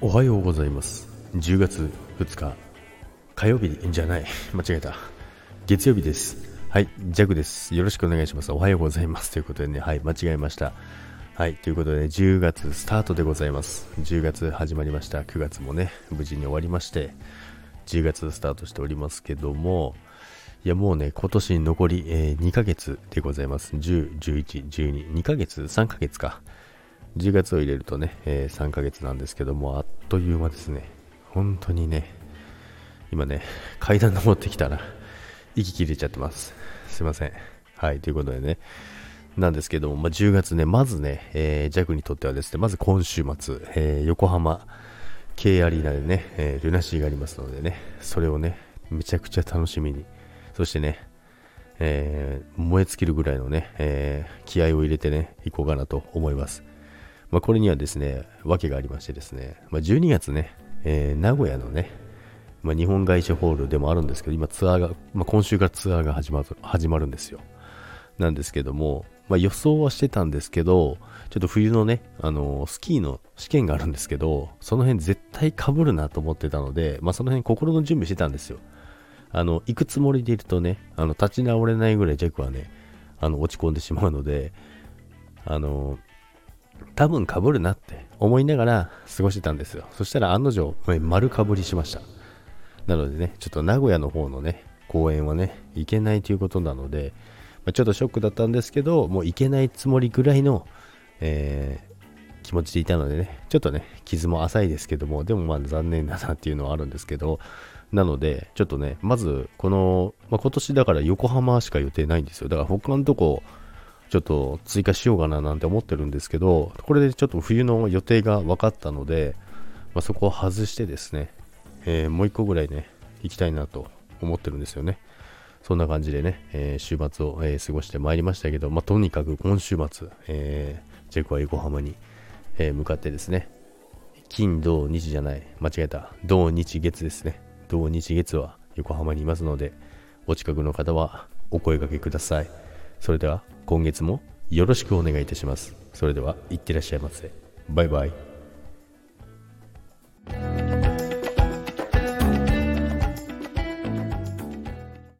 おはようございます。10月2日火曜日じゃない間違えた、月曜日です。はい、ジャグです。よろしくお願いします。おはようございますということでね、はい、間違えました。はい、ということで、10月スタートでございます。10月始まりました。9月もね無事に終わりまして、10月スタートしておりますけども、いやもうね、今年残り、2ヶ月でございます。10、11、12、2ヶ月、3ヶ月か。10月を入れるとね、3ヶ月なんですけども、あっという間ですね。本当にね、今ね、階段登ってきたら、息切れちゃってます。すいません。はい、ということでね、なんですけども、10月ね、まずね、ジャグにとってはですね、まず今週末、横浜 K アリーナでね、ルナシーがありますのでね、それをね、めちゃくちゃ楽しみに、そしてね、燃え尽きるぐらいのね、気合を入れてね、行こうかなと思います。これにはですね、訳がありましてですね、12月ね、名古屋のね、日本外資ホールでもあるんですけど、今ツアーが、今週からツアーが始まるんですよ。なんですけども、予想はしてたんですけど、ちょっと冬のね、スキーの試験があるんですけど、その辺絶対被るなと思ってたので、その辺心の準備してたんですよ。行くつもりでいるとね、立ち直れないぐらいジャックはね、落ち込んでしまうので、多分被るなって思いながら過ごしてたんですよ。そしたら案の定、丸かぶりしました。なのでね、ちょっと名古屋の方のね、公演はね、行けないということなので、ちょっとショックだったんですけど、もう行けないつもりぐらいの、気持ちでいたのでね、ちょっとね、傷も浅いですけども、でも残念だなっていうのはあるんですけど、なので、ちょっとね、まず、この、今年だから横浜しか予定ないんですよ。だから他のとこ、ちょっと追加しようかななんて思ってるんですけど、これでちょっと冬の予定が分かったので、そこを外してですね、もう一個ぐらいね、行きたいなと思ってるんですよね。そんな感じでね、週末を、過ごしてまいりましたけど、とにかく今週末、ジェクは横浜に、向かってですね、金土日じゃない、間違えた、土日月ですね。土日月は横浜にいますので、お近くの方はお声掛けください。それでは今月もよろしくお願いいたします。それではいってらっしゃいませ。バイバイ。